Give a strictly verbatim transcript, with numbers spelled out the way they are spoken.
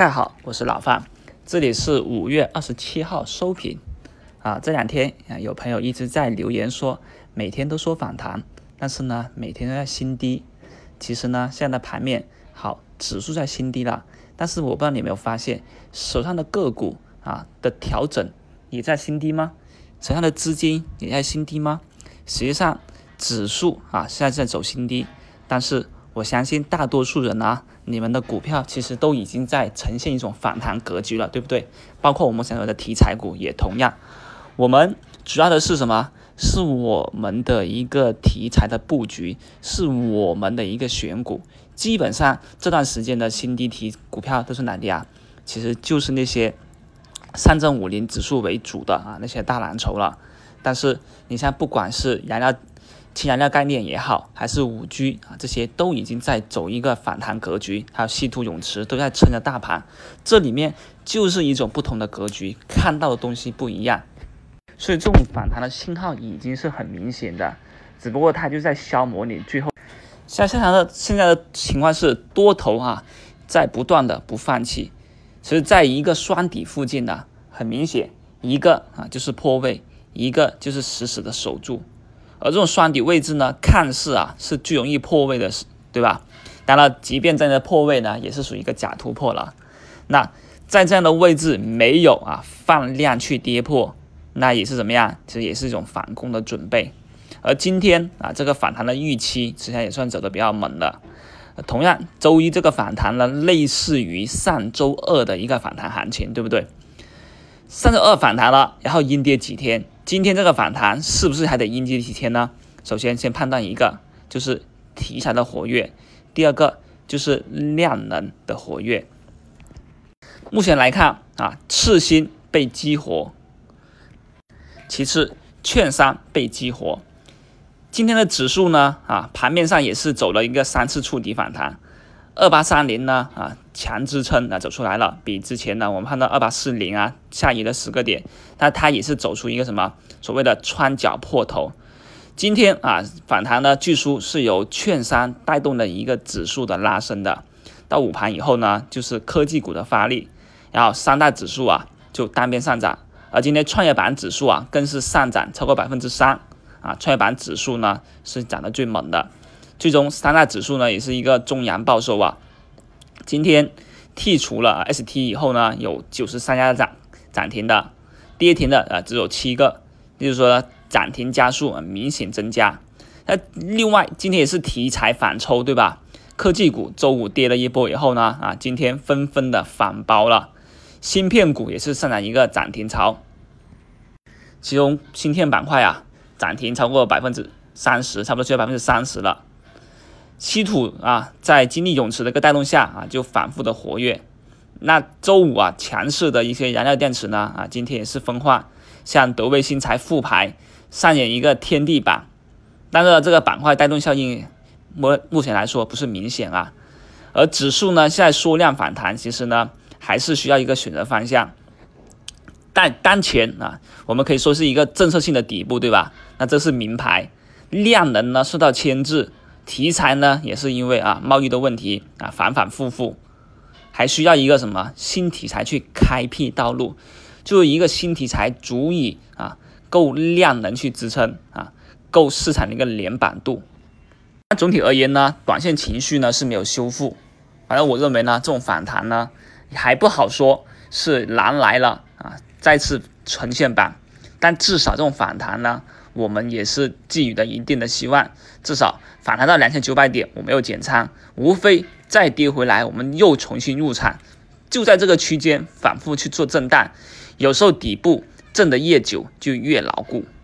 大家好，我是老范，这里是五月二十七号收评啊。这两天啊，有朋友一直在留言说，每天都说反弹，但是呢，每天都在新低。其实呢，现在的盘面好，指数在新低了，但是我不知道你有没有发现，手上的个股啊的调整也在新低吗？手上的资金也在新低吗？实际上，指数啊现在在走新低，但是我相信大多数人啊，你们的股票其实都已经在呈现一种反弹格局了，对不对？包括我们想有的题材股也同样。我们主要的是什么？是我们的一个题材的布局，是我们的一个选股。基本上这段时间的新低题股票都是哪里啊？其实就是那些上证五零指数为主的啊那些大蓝筹了。但是你像不管是燃料氢燃料概念也好，还是 五 G 啊，这些都已经在走一个反弹格局，还有稀土永磁都在撑着大盘，这里面就是一种不同的格局，看到的东西不一样，所以这种反弹的信号已经是很明显的，只不过它就在消磨你最后。像现在的现在的情况是多头啊，在不断的不放弃，其实在一个双底附近呢、啊，很明显，一个啊就是破位，一个就是死死的守住。而这种双底位置呢，看似啊是最容易破位的，对吧？当然，即便在那破位呢，也是属于一个假突破了。那在这样的位置没有啊放量去跌破，那也是怎么样？其实也是一种反攻的准备。而今天啊，这个反弹的预期实际上也算走的比较猛的。同样，周一这个反弹呢，类似于上周二的一个反弹行情，对不对？上周二反弹了，然后阴跌几天。今天这个反弹是不是还得阴跌几天呢？首先先判断一个，就是题材的活跃，第二个就是量能的活跃。目前来看啊，次新被激活，其次券商被激活。今天的指数呢啊，盘面上也是走了一个三次触底反弹，二八三零呢啊强支撑啊走出来了，比之前呢我们看到二八四零啊下移了十个点，但它也是走出一个什么所谓的穿脚破头。今天啊反弹呢，据说是由券商带动的一个指数的拉升的。到午盘以后呢，就是科技股的发力，然后三大指数啊就单边上涨，而今天创业板指数啊更是上涨超过百分之三啊，创业板指数呢是涨得最猛的。最终三大指数呢也是一个中阳报收啊。今天剔除了 S T 以后呢，有九十三家涨涨停的，跌停的啊只有七个，也就是说涨停家数、啊、明显增加。那另外今天也是题材反抽，对吧？科技股周五跌了一波以后呢，啊今天纷纷的反包了，芯片股也是上涨一个涨停潮，其中芯片板块啊涨停超过百分之三十，差不多就百分之三十了。稀土啊，在经历永磁的一个带动下啊，就反复的活跃。那周五啊，强势的一些燃料电池呢啊，今天也是分化，像德威新材复牌上演一个天地板，但是这个板块带动效应目目前来说不是明显啊。而指数呢，现在缩量反弹，其实呢还是需要一个选择方向。但当前啊，我们可以说是一个政策性的底部，对吧？那这是名牌，量能呢受到牵制。题材呢也是因为啊贸易的问题啊反反复复，还需要一个什么新题材去开辟道路，就是一个新题材足以啊够量能去支撑啊，够市场的一个连板度。那总体而言呢，短线情绪呢是没有修复，反正我认为呢这种反弹呢还不好说是狼来了啊再次呈现板，但至少这种反弹呢，我们也是寄予了一定的希望，至少反弹到两千九百点我没有减仓，无非再跌回来我们又重新入场，就在这个区间反复去做震荡，有时候底部震得越久就越牢固。